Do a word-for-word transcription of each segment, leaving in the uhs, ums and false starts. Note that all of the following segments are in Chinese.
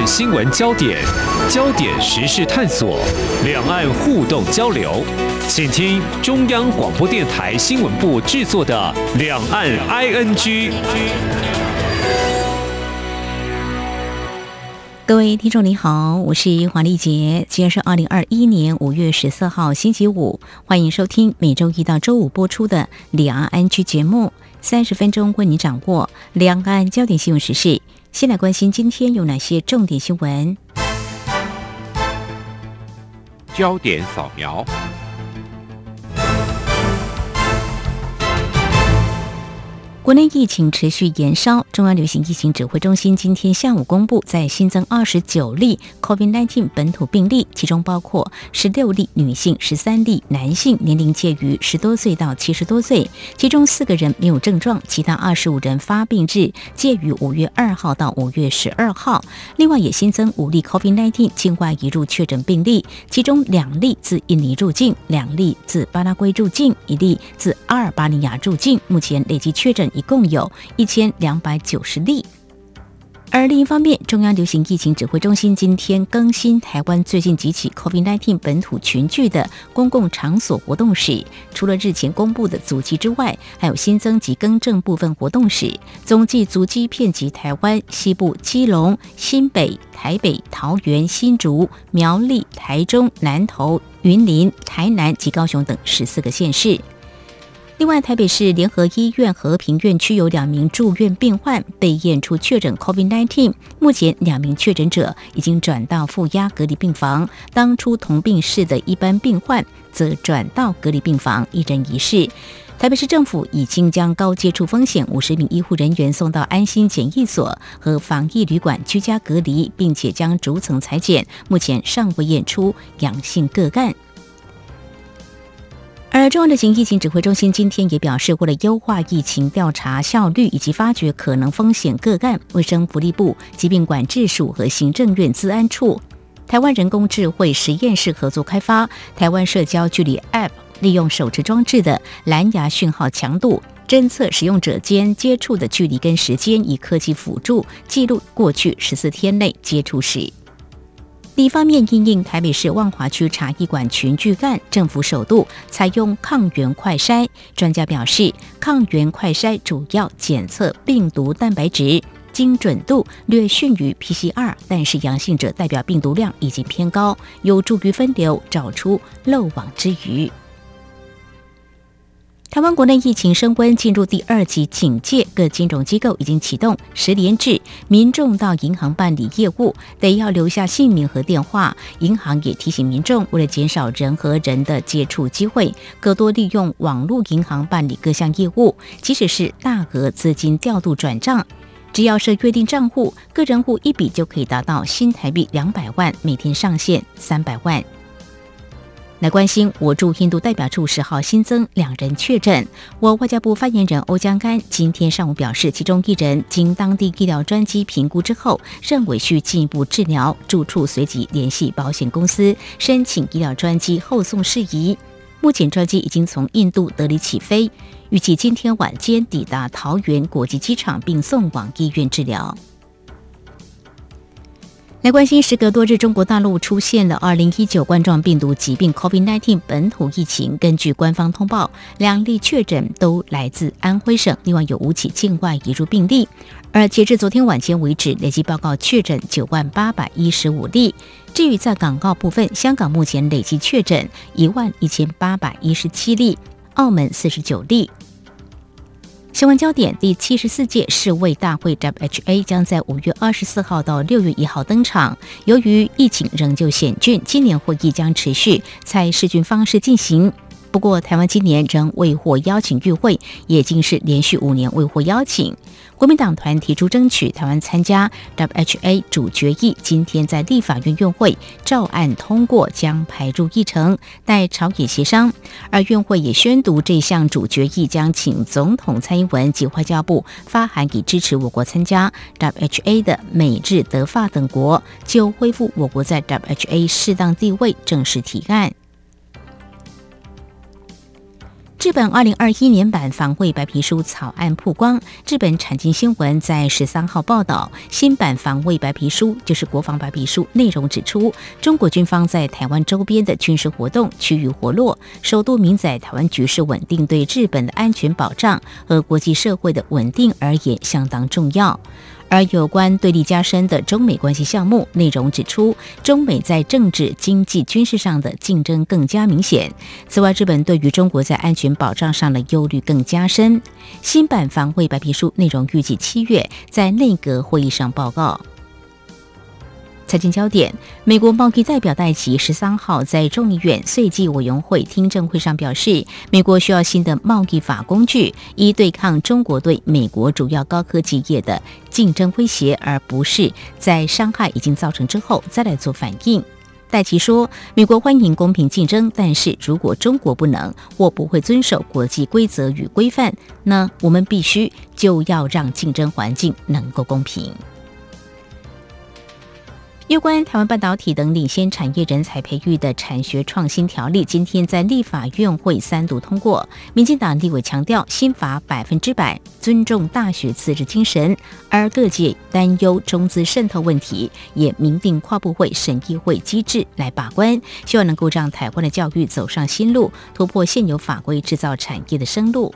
岸新闻焦点、焦点时事探索、两岸互动交流，请听中央广播电台新闻部制作的《两岸 I N G》。 各位听众您好，我是黄丽杰，今天是二零二一年五月十四号星期五，欢迎收听每周一到周五播出的《两岸 I N G》节目，三十分钟为您掌握两岸焦点新闻时事。先来关心今天有哪些重点新闻。 焦点扫描。 国内疫情持续延烧，中央流行疫情指挥中心今天下午公布，在新增二十九例 COVID 十九 本土病例，其中包括十六例女性、十三例男性，年龄介于十多岁到七十多岁，其中四个人没有症状，其他二十五人发病日介于五月二号到五月十二号。另外也新增五例 COVID 十九 境外移入确诊病例，其中两例自印尼入境，两例自巴拉圭入境，一例自阿尔巴尼亚入境，目前累计确诊一共有一千两百九十例。而另一方面，中央流行疫情指挥中心今天更新台湾最近几起 COVID 十九 本土群聚的公共场所活动史，除了日前公布的足迹之外，还有新增及更正部分活动史，总计足迹遍及台湾西部基隆、新北、台北、桃园、新竹、苗栗、台中、南投、云林、台南及高雄等十四个县市。另外，台北市联合医院和平院区有两名住院病患被验出确诊 COVID 十九， 目前两名确诊者已经转到负压隔离病房，当初同病室的一般病患则转到隔离病房，一人一室。台北市政府已经将高接触风险五十名医护人员送到安心检疫所和防疫旅馆居家隔离，并且将逐层采检，目前尚未验出阳性个案。而中央流行疫情指挥中心今天也表示，为了优化疫情调查效率以及发掘可能风险个案，卫生福利部疾病管制署和行政院资安处台湾人工智慧实验室合作开发台湾社交距离 App， 利用手持装置的蓝牙讯号强度侦测使用者间接触的距离跟时间，以科技辅助记录过去十四天内接触史。另一方面，因应台北市万华区茶艺馆群聚案，政府首度采用抗原快筛。专家表示，抗原快筛主要检测病毒蛋白质，精准度略逊于 P C R， 但是阳性者代表病毒量已经偏高，有助于分流，找出漏网之鱼。台湾国内疫情升温，进入第二级警戒，各金融机构已经启动实联制，民众到银行办理业务得要留下姓名和电话。银行也提醒民众，为了减少人和人的接触机会，可多利用网络银行办理各项业务，即使是大额资金调度转账，只要设约定账户，个人户一笔就可以达到新台币两百万，每天上限三百万。来关心我驻印度代表处十号新增两人确诊，我外交部发言人欧江安今天上午表示，其中一人经当地医疗专机评估之后，认为需进一步治疗，住处随即联系保险公司申请医疗专机后送事宜。目前专机已经从印度德里起飞，预计今天晚间抵达桃园国际机场，并送往医院治疗。来关心，时隔多日，中国大陆出现了二零一九冠状病毒疾病 COVID 十九 本土疫情。根据官方通报，两例确诊都来自安徽省，另外有五起境外移入病例。而截至昨天晚间为止，累计报告确诊九万八百一十五例。至于在港澳部分，香港目前累计确诊一万一千八百一十七例，澳门四十九例。新闻焦点：第七十四届世卫大会 W H A 将在五月二十四号到六月一号登场。由于疫情仍旧险峻，今年会议将持续采视讯方式进行。不过，台湾今年仍未获邀请与会，也已经是连续五年未获邀请。国民党团提出争取台湾参加 W H A 主决议，今天在立法院院会照案通过，将排入议程，待朝野协商。而院会也宣读这项主决议，将请总统蔡英文及外交部发函以支持我国参加 W H A 的美日德法等国，就恢复我国在 W H A 适当地位正式提案。 日本二零二一年版防卫白皮书草案曝光。日本产经新闻在十三号报道，新版防卫白皮书就是国防白皮书，内容指出，中国军方在台湾周边的军事活动趋于活络，首度明载台湾局势稳定对日本的安全保障和国际社会的稳定而言相当重要。而有关对立加深的中美关系项目，内容指出，中美在政治、经济、军事上的竞争更加明显。此外，日本对于中国在安全保障上的忧虑更加深。新版防卫白皮书内容预计七月在内阁会议上报告。财经焦点，美国贸易代表戴奇十三号在众议院税计委员会听证会上表示，美国需要新的贸易法工具，以对抗中国对美国主要高科技业的竞争威胁，而不是在伤害已经造成之后再来做反应。戴奇说，美国欢迎公平竞争，但是如果中国不能或不会遵守国际规则与规范，那我们必须就要让竞争环境能够公平。有关台湾半导体等领先产业人才培育的产学创新条例，今天在立法院会三读通过。民进党立委强调，新法百分之百尊重大学自治精神，而各界担忧中资渗透问题，也明定跨部会审议会机制来把关，希望能够让台湾的教育走上新路，突破现有法规制造产业的生路。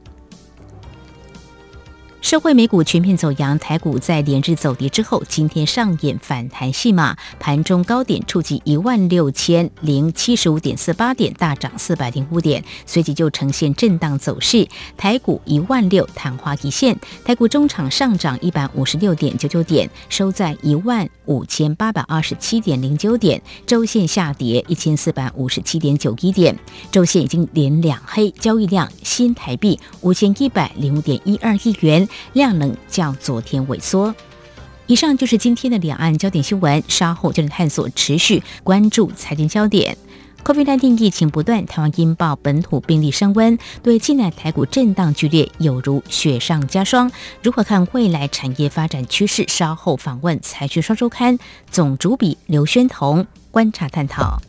社会美股全面走阳，台股在连日走跌之后，今天上演反弹戏码，盘中高点触及一万六千零七十五点四八点，大涨四百零五点，随即就呈现震荡走势。台股一万六昙花一现，台股中场上涨一百五十六点九九点，收在一万五千八百二十七点零九点，周线下跌一千四百五十七点九一点，周线已经连两黑，交易量新台币五千一百零五点一二亿元。量能较昨天萎缩。以上就是今天的两岸焦点新闻，稍后就能探索持续关注财经焦点。COVID 十九 疫情不断，台湾因报本土病例升温，对近来台股震荡剧烈，有如雪上加霜。如何看未来产业发展趋势？稍后访问财讯双周刊总主笔刘宣彤观察探讨。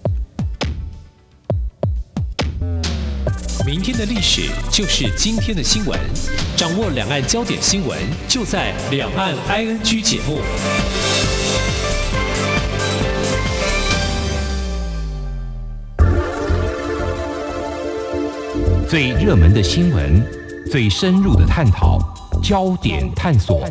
明天的历史就是今天的新闻，掌握两岸焦点新闻，就在《两岸 I N G》节目。 最热门的新闻，最深入的探讨，焦点探索。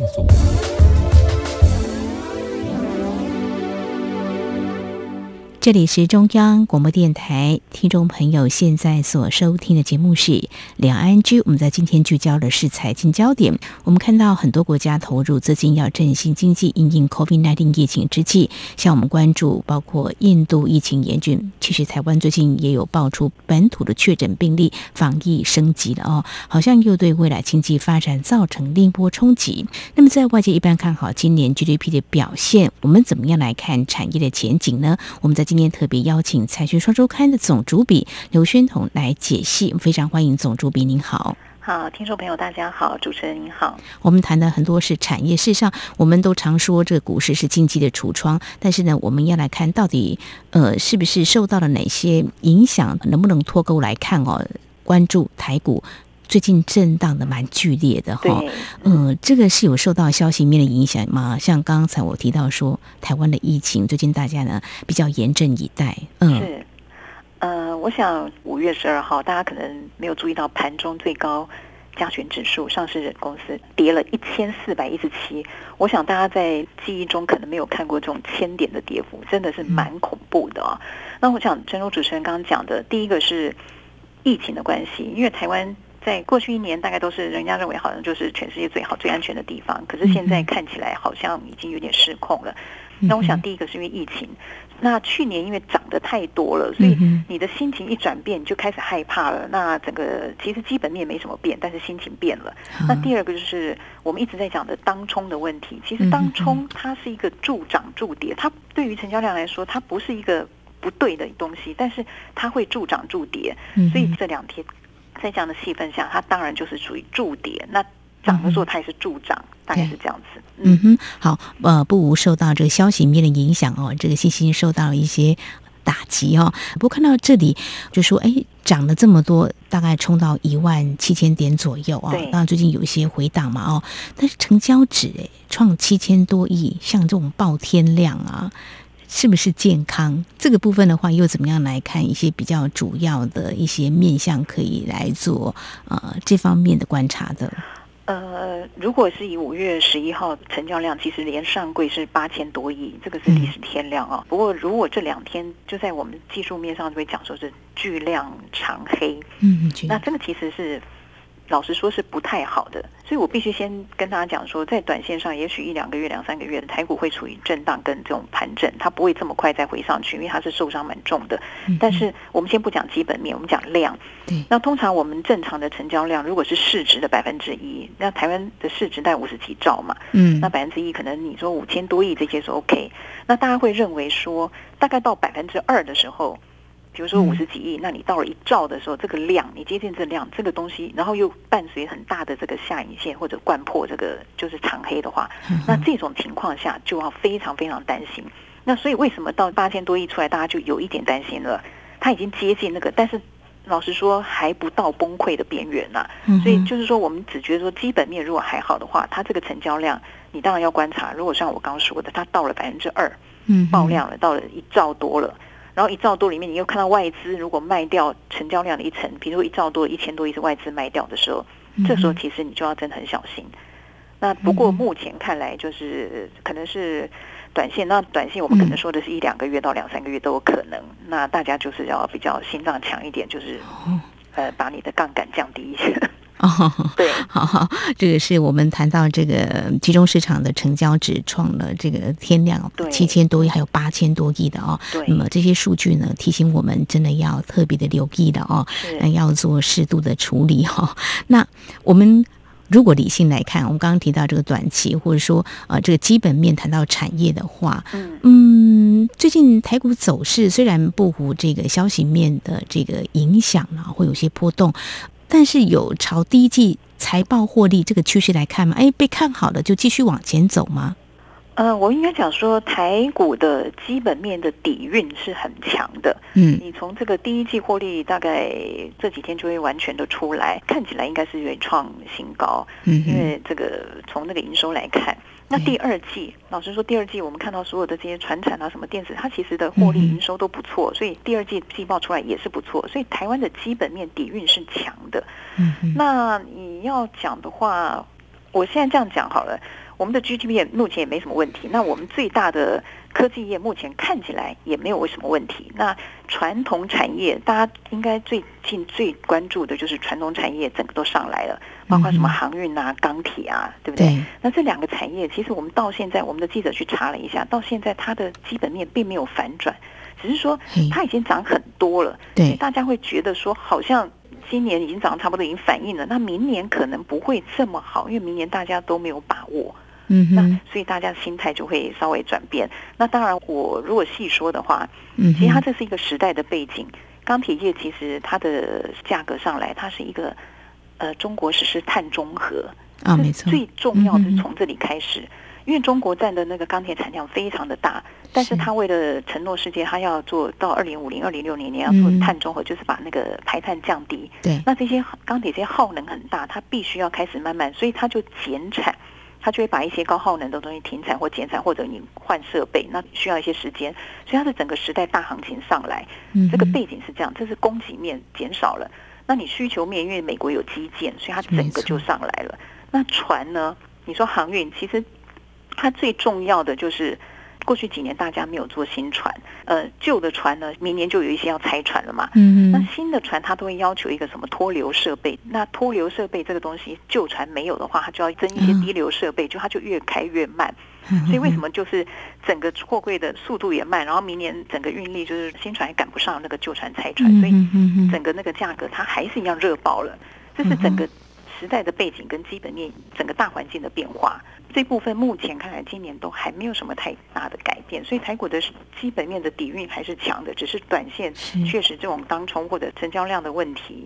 这里是中央广播电台，听众朋友现在所收听的节目是两岸 G。我们在今天聚焦的是财经焦点。我们看到很多国家投入资金要振兴经济，因应 COVID 十九 疫情之际，像我们关注包括印度疫情严峻，其实台湾最近也有爆出本土的确诊病例，防疫升级了哦，好像又对未来经济发展造成另一波冲击。那么在外界一般看好今年 G D P 的表现，我们怎么样来看产业的前景呢？我们在今天特别邀请财讯双周刊的总主笔刘宣彤来解析，非常欢迎总主笔，您好。 好，听众朋友大家好，主持人您好。 我们谈的很多是产业，事实上我们都常说这个股市是经济的橱窗，但是呢，我们要来看到底呃是不是受到了哪些影响，能不能脱钩来看哦？关注台股最近震荡的蛮剧烈的哈，嗯、呃，这个是有受到消息面的影响吗？像刚才我提到说，台湾的疫情最近大家呢比较严阵以待，嗯， 是，呃，我想五月十二号大家可能没有注意到盘中最高加权指数上市公司跌了一千四百一十七，我想大家在记忆中可能没有看过这种千点的跌幅，真的是蛮恐怖的啊。嗯、那我想，正如主持人刚刚讲的，第一个是疫情的关系，因为台湾在过去一年大概都是人家认为好像就是全世界最好最安全的地方，可是现在看起来好像已经有点失控了。那我想第一个是因为疫情，那去年因为涨得太多了，所以你的心情一转变你就开始害怕了，那整个其实基本面没什么变，但是心情变了。那第二个就是我们一直在讲的当冲的问题，其实当冲它是一个助涨助跌，它对于成交量来说它不是一个不对的东西，但是它会助涨助跌，所以这两天在这样的气氛下，它当然就是属于助跌，那涨的时候它也是助涨，大概是这样子。嗯, 嗯哼，好，呃，不无受到这个消息面的影响哦，这个信心受到一些打击哦。不过看到这里就说，哎，涨了这么多，大概冲到一万七千点左右啊。当然最近有一些回档嘛哦，但是成交值哎创七千多亿，像这种爆天量啊。是不是健康这个部分的话，又怎么样来看一些比较主要的一些面向可以来做呃这方面的观察的？ 呃，如果是以五月十一号成交量，其实连上柜是八千多亿，这个是历史天量啊。嗯、不过如果这两天就在我们技术面上就会讲说是巨量长黑，嗯，那这个其实是。老实说是不太好的，所以我必须先跟大家讲说，在短线上，也许一两个月、两三个月的台股会处于震荡跟这种盘整，它不会这么快再回上去，因为它是受伤蛮重的。嗯、但是我们先不讲基本面，我们讲量。那通常我们正常的成交量，如果是市值的百分之一，那台湾的市值在五十几兆嘛，嗯，那百分之一可能你说五千多亿这些是 OK， 那大家会认为说，大概到百分之二的时候。比如说五十几亿，那你到了一兆的时候，这个量你接近这量，这个东西，然后又伴随很大的这个下影线或者灌破这个就是长黑的话，那这种情况下就要非常非常担心。那所以为什么到八千多亿出来，大家就有一点担心了？它已经接近那个，但是老实说还不到崩溃的边缘呐。所以就是说，我们只觉得说基本面如果还好的话，它这个成交量你当然要观察。如果像我刚刚说的，它到了百分之二，爆量了，到了一兆多了。然后一兆多里面，你又看到外资如果卖掉成交量的一层，比如说一兆多一千多亿是外资卖掉的时候，这时候其实你就要真的很小心。那不过目前看来就是可能是短线，那短线我们可能说的是一两个月到两三个月都有可能。那大家就是要比较心脏强一点，就是呃把你的杠杆降低一些。 哦， 对， 好好，这个是我们谈到这个集中市场的成交值创了这个天量七千多亿，还有八千多亿的哦。对，那么这些数据呢，提醒我们真的要特别的留意的哦，要做适度的处理哈、哦。那我们。如果理性来看，我们刚刚提到这个短期，或者说呃这个基本面谈到产业的话，嗯嗯，最近台股走势虽然不无这个消息面的这个影响呢，会有些波动，但是有朝第一季财报获利这个趋势来看吗？哎，被看好了就继续往前走吗？ 呃，我应该讲说，台股的基本面的底蕴是很强的。嗯，你从这个第一季获利，大概这几天就会完全的出来，看起来应该是会创新高。嗯，因为这个从那个营收来看，那第二季，老实说，第二季我们看到所有的这些传产啊、什么电子，它其实的获利营收都不错，所以第二季季报出来也是不错，所以台湾的基本面底蕴是强的。嗯，那你要讲的话，我现在这样讲好了。我们的 G D P 目前也没什么问题，那我们最大的科技业目前看起来也没有什么问题。那传统产业，大家应该最近最关注的就是传统产业整个都上来了，包括什么航运啊、钢铁啊，对不对？对。那这两个产业，其实我们到现在，我们的记者去查了一下，到现在它的基本面并没有反转，只是说它已经涨很多了。对。大家会觉得说，好像今年已经涨差不多已经反映了，那明年可能不会这么好，因为明年大家都没有把握。嗯，那所以大家心态就会稍微转变。那当然，我如果细说的话，嗯，其实它这是一个时代的背景。钢铁业其实它的价格上来，它是一个呃中国实施碳中和啊，没错，最重要的是从这里开始。嗯，因为中国占的那个钢铁产量非常的大，但是他为了承诺世界，他要做到二零五零、二零六零年要做碳中和，嗯，就是把那个排碳降低。对，那这些钢铁这些耗能很大，它必须要开始慢慢，所以它就减产。他就会把一些高耗能的东西停产或减产，或者你换设备，那需要一些时间，所以它是整个时代大行情上来。这个背景是这样，这是供给面减少了，那你需求面因为美国有基建，所以它整个就上来了。那船呢？你说航运，其实它最重要的就是过去几年大家没有做新船，呃，旧的船呢，明年就有一些要拆船了嘛。嗯，那新的船它都会要求一个什么脱硫设备，那脱硫设备这个东西，旧船没有的话，它就要增一些低硫设备，就它就越开越慢。所以为什么就是整个货柜的速度也慢，然后明年整个运力就是新船也赶不上那个旧船拆船，所以整个那个价格它还是一样热爆了。这是整个时代的背景跟基本面整个大环境的变化，这部分目前看来今年都还没有什么太大的改变，所以台股的基本面的底蕴还是强的，只是短线确实这种当冲或者成交量的问题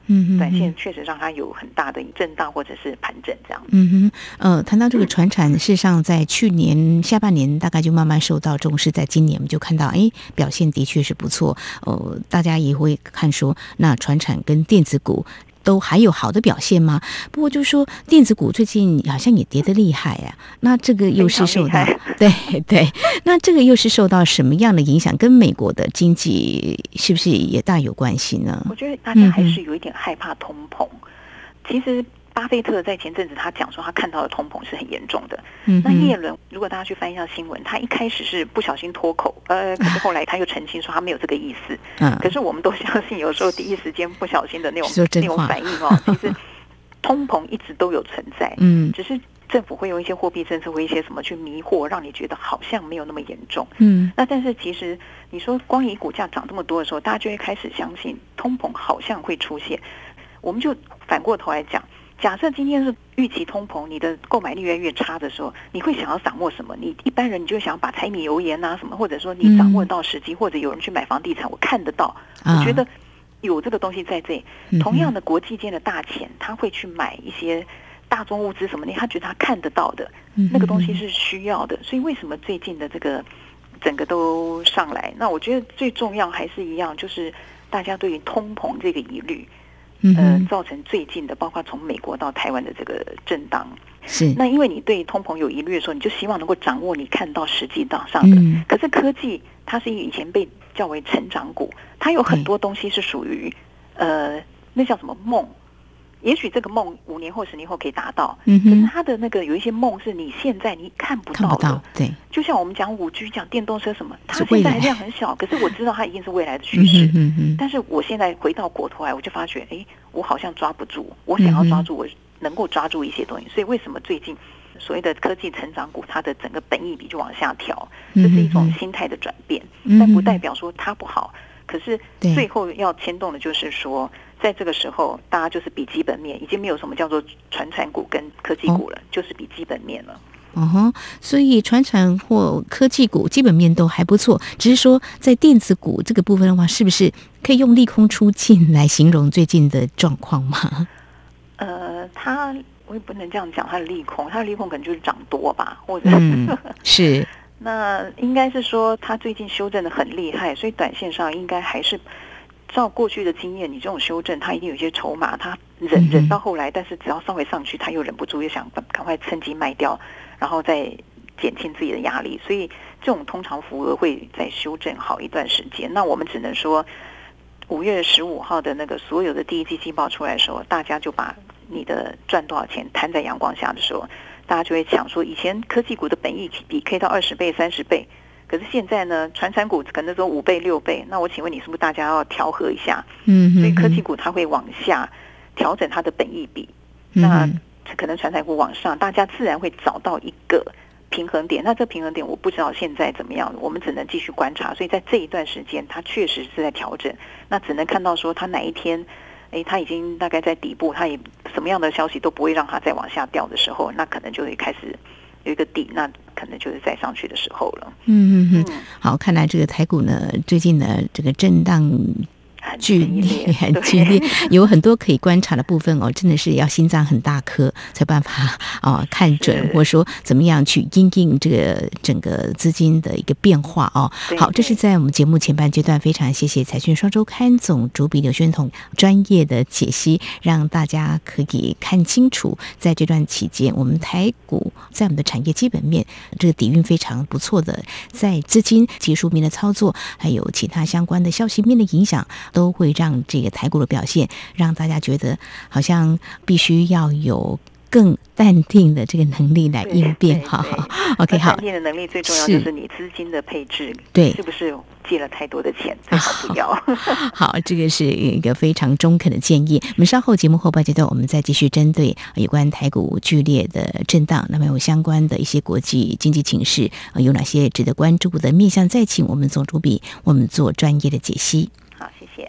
嗯哼， 短线确实让它有很大的震荡或者是盘整这样。 嗯哼，呃，谈到这个传产，事实上在去年下半年大概就慢慢受到重视，在今年我们就看到，哎，表现的确是不错。呃，大家也会看说，那传产跟电子股都还有好的表现吗？不过就是说电子股最近好像也跌得厉害啊，那这个又是受到对对，那这个又是受到什么样的影响？跟美国的经济是不是也大有关系呢？ 我觉得大家还是有一点害怕通膨。嗯、其实巴菲特在前阵子他讲说他看到的通膨是很严重的。嗯、那耶伦如果大家去翻一下新闻，他一开始是不小心脱口，呃，可是后来他又澄清说他没有这个意思。嗯、可是我们都相信，有时候第一时间不小心的那种那种反应哦，其实通膨一直都有存在。嗯，只是政府会用一些货币政策或一些什么去迷惑，让你觉得好像没有那么严重。嗯，那但是其实你说光以股价涨这么多的时候，大家就会开始相信通膨好像会出现。我们就反过头来讲。假设今天是预期通膨，你的购买力越来越差的时候，你会想要掌握什么？你一般人你就想要把柴米油盐啊什么，或者说你掌握到时机，嗯、或者有人去买房地产，我看得到，啊、我觉得有这个东西在这里。嗯、同样的，国际间的大钱，他会去买一些大宗物资什么的，他觉得他看得到的，嗯、那个东西是需要的。所以为什么最近的这个整个都上来？那我觉得最重要还是一样，就是大家对于通膨这个疑虑。呃，造成最近的，包括从美国到台湾的这个震荡，是那因为你对通膨有疑虑的时候，你就希望能够掌握你看到实际上的。嗯、可是科技它是以前被叫为成长股，它有很多东西是属于呃，那叫什么梦？也许这个梦五年后、十年后可以达到，嗯、可是它的那个有一些梦是你现在你看不到的。看不到，对。就像我们讲五 G、讲电动车什么，它现在量很小，可是我知道它一定是未来的趋势。嗯嗯、但是我现在回到过头来，我就发觉，哎，我好像抓不住。我想要抓住，我能够抓住一些东西。所以为什么最近所谓的科技成长股，它的整个本益比就往下调？这是一种心态的转变，嗯、但不代表说它不好。可是最后要牵动的就是说，在这个时候，大家就是比基本面，已经没有什么叫做传产股跟科技股了，哦、就是比基本面了。 哦吼，所以传产或科技股基本面都还不错，只是说在电子股这个部分的话，是不是可以用利空出尽来形容最近的状况吗？ 呃，它我也不能这样讲，它的利空，它的利空可能就是涨多吧，或者、 嗯、是。 那应该是说，它最近修正的很厉害，所以短线上应该还是照过去的经验，你这种修正，它一定有一些筹码，它忍忍到后来，但是只要稍微上去，它又忍不住又想赶快趁机卖掉，然后再减轻自己的压力，所以这种通常幅额会再修正好一段时间。那我们只能说，五月十五号的那个所有的第一季季报出来的时候，大家就把你的赚多少钱摊在阳光下的时候，大家就会想说，以前科技股的本益比可以到二十倍、三十倍，可是现在呢，传产股可能都五倍、六倍。那我请问你，是不是大家要调和一下？嗯，所以科技股它会往下调整它的本益比，嗯、那可能传产股往上，大家自然会找到一个平衡点。那这平衡点我不知道现在怎么样，我们只能继续观察。所以在这一段时间，它确实是在调整，那只能看到说它哪一天。哎，它已经大概在底部，它也什么样的消息都不会让它再往下掉的时候，那可能就会开始有一个底，那可能就是再上去的时候了。 嗯嗯嗯，好，看来这个台股呢，最近呢这个震荡剧烈很激烈，有很多可以观察的部分哦，真的是要心脏很大颗才有办法哦看准，或者说怎么样去因应这个整个资金的一个变化哦。好，这是在我们节目前半阶段，非常谢谢财讯双周刊总主笔刘宣统专业的解析，让大家可以看清楚，在这段期间，我们台股在我们的产业基本面这个底蕴非常不错的，在资金技术面的操作，还有其他相关的消息面的影响。都会让这个台股的表现让大家觉得好像必须要有更淡定的这个能力来应变。好好 OK 好， 淡定的能力最重要就是你资金的配置，对，是不是借了太多的钱，最好不要。 好，这个是一个非常中肯的建议。我们稍后节目后半阶段，我们再继续针对有关台股剧烈的震荡，那么有相关的一些国际经济情势，有哪些值得关注的面向，再请我们总主笔我们做专业的解析。 好，谢谢。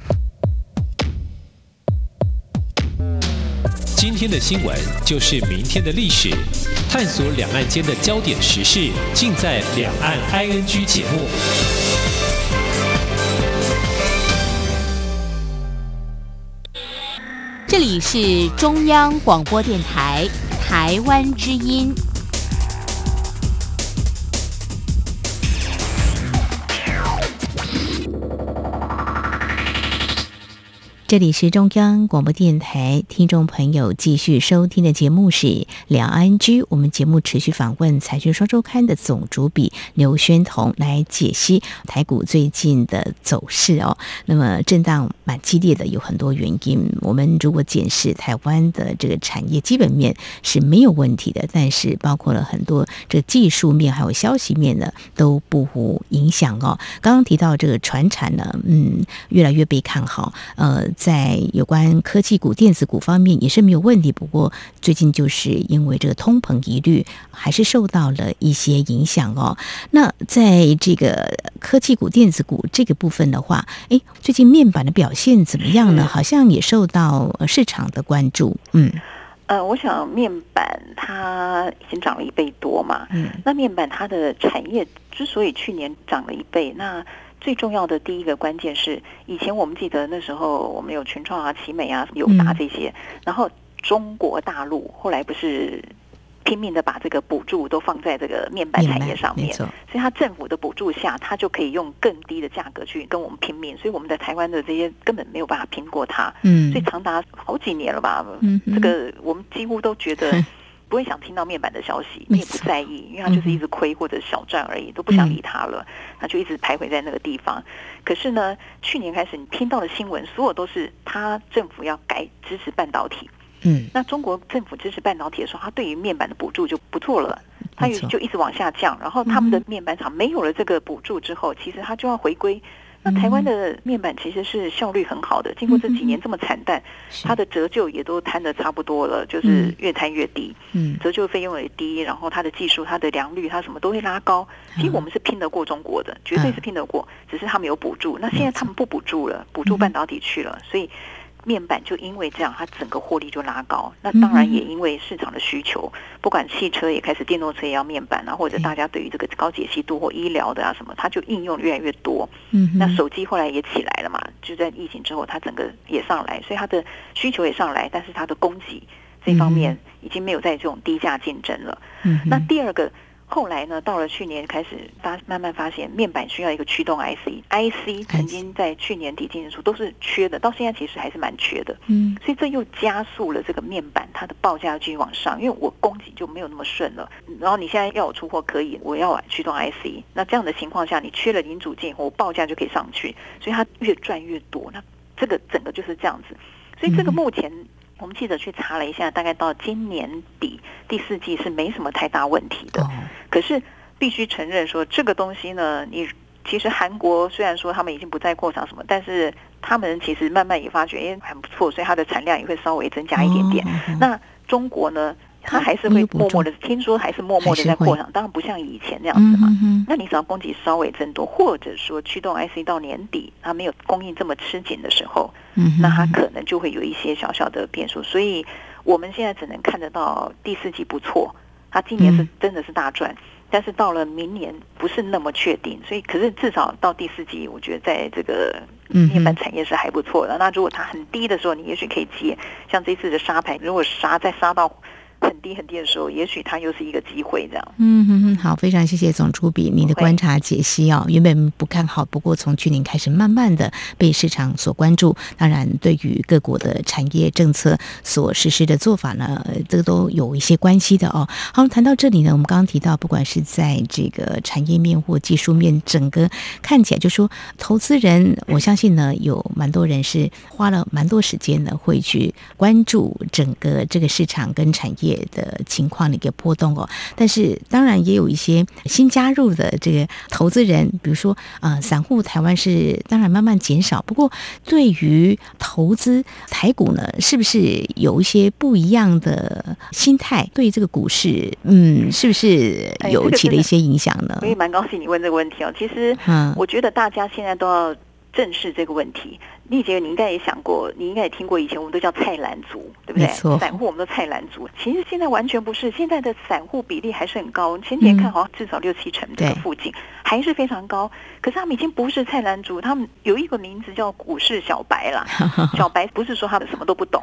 今天的新闻就是明天的历史，探索两岸间的焦点时事，尽在《两岸 I N G》节目。 里是中央广播电台台湾之音。 这里是中央广播电台，听众朋友继续收听的节目是两岸居。我们节目持续访问财讯双周刊的总主笔刘宣彤来解析台股最近的走势哦。那么震荡蛮激烈的，有很多原因。我们如果检视台湾的这个产业基本面是没有问题的，但是包括了很多这个技术面还有消息面呢，都不无影响哦。刚刚提到这个传产呢，嗯，越来越被看好，呃。在有关科技股、电子股方面也是没有问题，不过最近就是因为这个通膨疑虑，还是受到了一些影响哦。那在这个科技股、电子股这个部分的话，哎，最近面板的表现怎么样呢？好像也受到市场的关注。嗯， 呃，我想面板它已经涨了一倍多嘛，嗯，那面板它的产业之所以去年涨了一倍，那最重要的第一个关键是，以前我们记得那时候我们有群创啊、奇美啊、友达这些，嗯、然后中国大陆后来不是拼命的把这个补助都放在这个面板产业上面，所以它政府的补助下，它就可以用更低的价格去跟我们拼命，所以我们在台湾的这些根本没有办法拼过它，嗯，所以长达好几年了吧，嗯，这个我们几乎都觉得。不会想听到面板的消息，你也不在意，因为它就是一直亏或者小赚而已，都不想理它了，它就一直徘徊在那个地方。可是呢，去年开始你听到的新闻，所有都是它政府要改支持半导体。嗯，那中国政府支持半导体的时候，它对于面板的补助就不做了，它就一直往下降。然后他们的面板厂没有了这个补助之后，其实它就要回归。那台湾的面板其实是效率很好的，经过这几年这么惨淡，它的折旧也都摊得差不多了，就是越摊越低，嗯，折旧费用也低，然后它的技术、它的良率、它什么都会拉高。其实我们是拼得过中国的，绝对是拼得过，只是他们有补助。那现在他们不补助了，补助半导体去了，所以面板就因为这样，它整个获利就拉高。那当然也因为市场的需求，不管汽车也开始，电动车也要面板啊，或者大家对于这个高解析度或医疗的啊什么，它就应用越来越多。嗯，那手机后来也起来了嘛，就在疫情之后，它整个也上来，所以它的需求也上来，但是它的供给这方面已经没有在这种低价竞争了。嗯，那第二个。后来呢，到了去年开始，大家慢慢发现面板需要一个驱动 I C，I C 曾经在去年底今年初都是缺的，到现在其实还是蛮缺的。嗯，所以这又加速了这个面板它的报价继续往上，因为我供给就没有那么顺了。然后你现在要我出货可以，我要驱动 I C， 那这样的情况下，你缺了零组件，我报价就可以上去，所以它越赚越多。那这个整个就是这样子，所以这个目前。嗯我们记者去查了一下，大概到今年底第四季是没什么太大问题的。哦、可是必须承认说，这个东西呢，你其实韩国虽然说他们已经不再扩厂什么，但是他们其实慢慢也发觉，哎，很不错，所以它的产量也会稍微增加一点点。哦嗯、那中国呢？它还是会默默的，听说还是默默的在扩厂，当然不像以前那样子嘛。嗯、那你只要供给稍微增多，或者说驱动 I C 到年底它没有供应这么吃紧的时候，嗯、那它可能就会有一些小小的变数。所以我们现在只能看得到第四季不错，它今年是真的是大赚，嗯、但是到了明年不是那么确定。所以可是至少到第四季，我觉得在这个面板产业是还不错的。那如果它很低的时候，你也许可以接，像这次的杀盘，如果杀再杀到很低很低的时候，也许它又是一个机会，这样。 嗯哼哼，好，非常谢谢总主笔您的观察解析哦。原本不看好，不过从去年开始，慢慢的被市场所关注。当然，对于各国的产业政策所实施的做法呢，这个都有一些关系的哦。好，谈到这里呢，我们刚刚提到，不管是在这个产业面或技术面，整个看起来就说，投资人，我相信呢，有蛮多人是花了蛮多时间呢，会去关注整个这个市场跟产业的情况的一个波动哦，但是当然也有一些新加入的这个投资人，比如说呃，散户台湾是当然慢慢减少，不过对于投资台股呢，是不是有一些不一样的心态？对这个股市，嗯，是不是有起了一些影响呢？ 我也蛮高兴你问这个问题哦。其实，嗯，我觉得大家现在都要正视这个问题。丽姐，你应该也想过，你应该也听过，以前我们都叫菜篮族，对不对？散户我们都菜篮族，其实现在完全不是，现在的散户比例还是很高。前几年看好像至少六七成这个附近，还是非常高。可是他们已经不是菜篮族，他们有一个名字叫股市小白啦。小白不是说他们什么都不懂，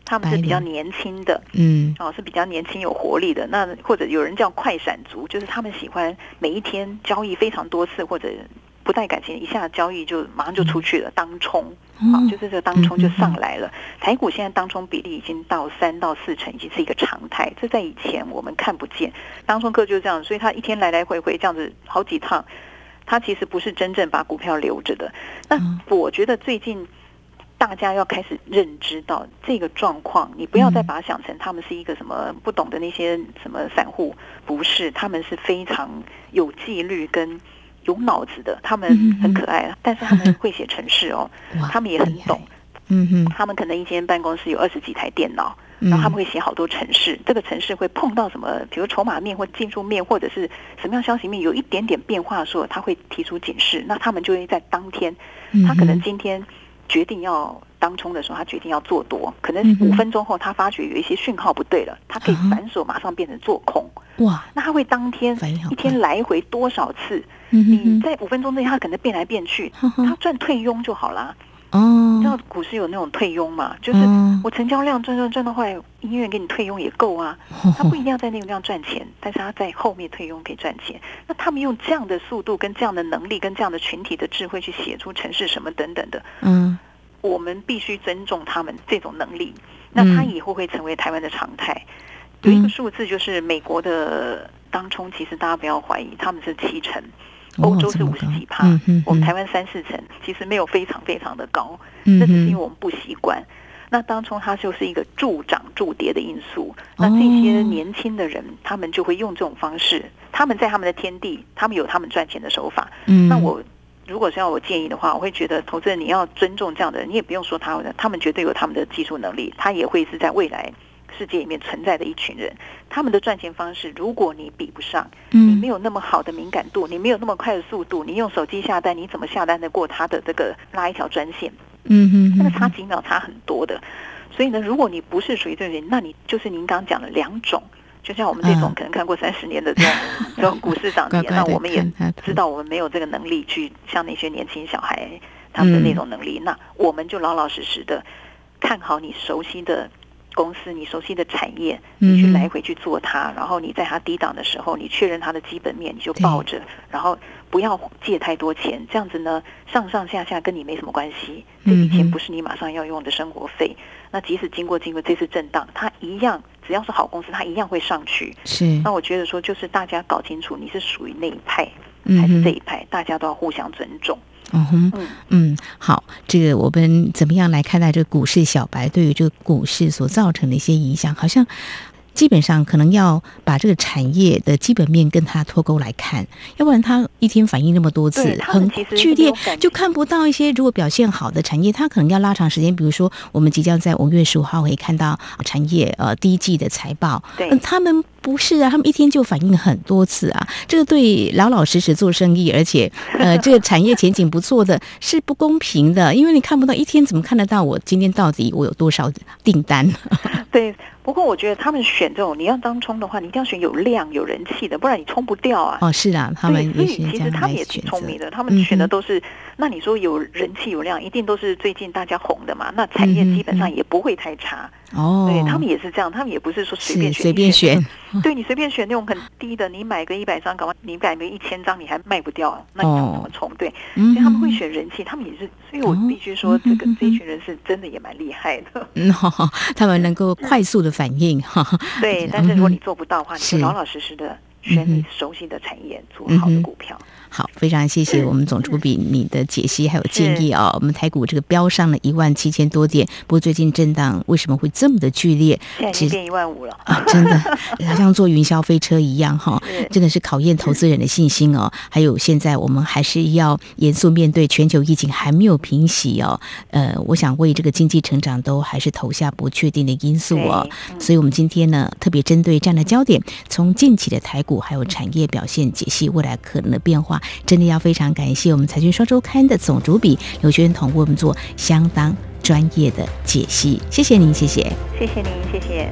他们是比较年轻的， 嗯， 哦，是比较年轻有活力的。那或者有人叫快闪族，就是他们喜欢每一天交易非常多次，或者不带感情，一下交易就马上就出去了，当冲，好、哦，就是这个当冲就上来了。台股现在当冲比例已经到三到四成，已经是一个常态。这在以前我们看不见，当冲客就是这样，所以他一天来来回回这样子好几趟，他其实不是真正把股票留着的。那我觉得最近大家要开始认知到这个状况，你不要再把它想成他们是一个什么不懂的那些什么散户，不是，他们是非常有纪律跟有脑子的，他们很可爱，但是他们会写程式哦，他们也很懂， 嗯哼， 他们可能一间办公室有二十几台电脑，然后他们会写好多程式，这个程式会碰到什么，比如筹码面或技术面或者是什么样消息面有一点点变化的时候，他会提出警示，那他们就会在当天，他可能今天决定要当冲的时候，他决定要做多，可能五分钟后他发觉有一些讯号不对了，他可以反手马上变成做空。哇！那他会当天一天来回多少次？你在五分钟内，他可能变来变去，他赚退佣就好啦。哦，你知道股市有那种退佣嘛？就是我成交量赚赚赚到后来，营业员给你退佣也够啊。他不一定要在那个地方赚钱，但是他在后面退佣可以赚钱。那他们用这样的速度、跟这样的能力、跟这样的群体的智慧去写出程式什么等等的，嗯，我们必须尊重他们这种能力。那他以后会成为台湾的常态。有一个数字就是美国的当冲，其实大家不要怀疑，他们是七成。欧洲是五十几趴，嗯、我们台湾三四成，其实没有非常非常的高，嗯、那只是因为我们不习惯。那当冲它就是一个助涨助跌的因素，那这些年轻的人，他们就会用这种方式，他们在他们的天地，他们有他们赚钱的手法。嗯、那我如果是要我建议的话，我会觉得投资人你要尊重这样的人，你也不用说他们，他们绝对有他们的技术能力，他也会是在未来世界里面存在的一群人，他们的赚钱方式，如果你比不上，你没有那么好的敏感度，你没有那么快的速度，你用手机下单，你怎么下单得过他的这个拉一条专线？嗯哼，那个差几秒差很多的。所以呢，如果你不是属于这种人，那你就是您刚刚讲的两种，就像我们这种可能看过三十年的这种这种股市涨跌，那我们也知道我们没有这个能力去像那些年轻小孩他们的那种能力，那我们就老老实实的看好你熟悉的公司，你熟悉的产业，你去来回去做它，然后你在它低档的时候，你确认它的基本面，你就抱着，然后不要借太多钱，这样子呢，上上下下跟你没什么关系，这笔钱不是你马上要用的生活费。那即使经过经过这次震荡，它一样，只要是好公司，它一样会上去。是，那我觉得说，就是大家搞清楚你是属于那一派还是这一派，大家都要互相尊重。 嗯哼，嗯，好，这个我们怎么样来看待这个股市小白对于这个股市所造成的一些影响？好像基本上可能要把这个产业的基本面跟它脱钩来看，要不然它一天反应那么多次，很剧烈，就看不到一些如果表现好的产业，它可能要拉长时间。比如说，我们即将在五月十五号可以看到产业呃第一季的财报，对，嗯，他们不是啊，他们一天就反应很多次啊，这个对老老实实做生意，而且呃这个产业前景不错的是不公平的，因为你看不到一天怎么看得到我今天到底我有多少订单？ 对。不过我觉得他们选这种你要当冲的话，你一定要选有量有人气的，不然你冲不掉啊。 哦，是啊，他们也是这样来选择。所以其实他们也挺聪明的，他们选的都是、嗯、那你说有人气有量，一定都是最近大家红的嘛，那产业基本上也不会太差。哦、嗯，对他们也是这样，他们也不是说随便选随便选，对你随便选那种很低的，你买个一百张，搞不好你买个一千张你还卖不掉，那你怎么冲？对，所以他们会选人气，他们也是，所以我必须说，这个、嗯、这一群人是真的也蛮厉害的。 嗯，他们能够快速的反应。 对，但是如果你做不到的话，你就老老实实的选你熟悉的产业，做好的股票。 好，非常谢谢我们总主笔你的解析还有建议啊、哦。我们台股这个飙上了一万七千多点，不过最近震荡为什么会这么的剧烈？ 现在已经变一万五了啊！真的，好像坐云霄飞车一样哈、哦，真的是考验投资人的信心哦。还有现在我们还是要严肃面对全球疫情还没有平息哦。呃，我想为这个经济成长都还是投下不确定的因素哦。嗯、所以我们今天呢，特别针对这样的焦点，从近期的台股还有产业表现解析未来可能的变化。真的要非常感谢我们财讯双周刊的总主笔刘轩彤为我们做相当专业的解析，谢谢您，谢谢， 谢谢您，谢谢。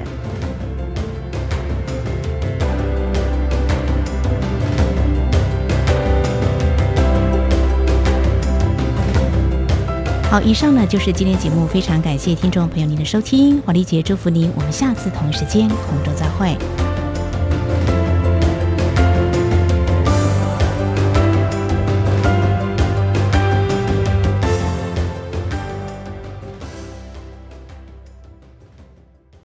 好， 好，以上呢就是今天节目，非常感谢听众朋友您的收听，华丽姐祝福您，我们下次同一时间空中再会。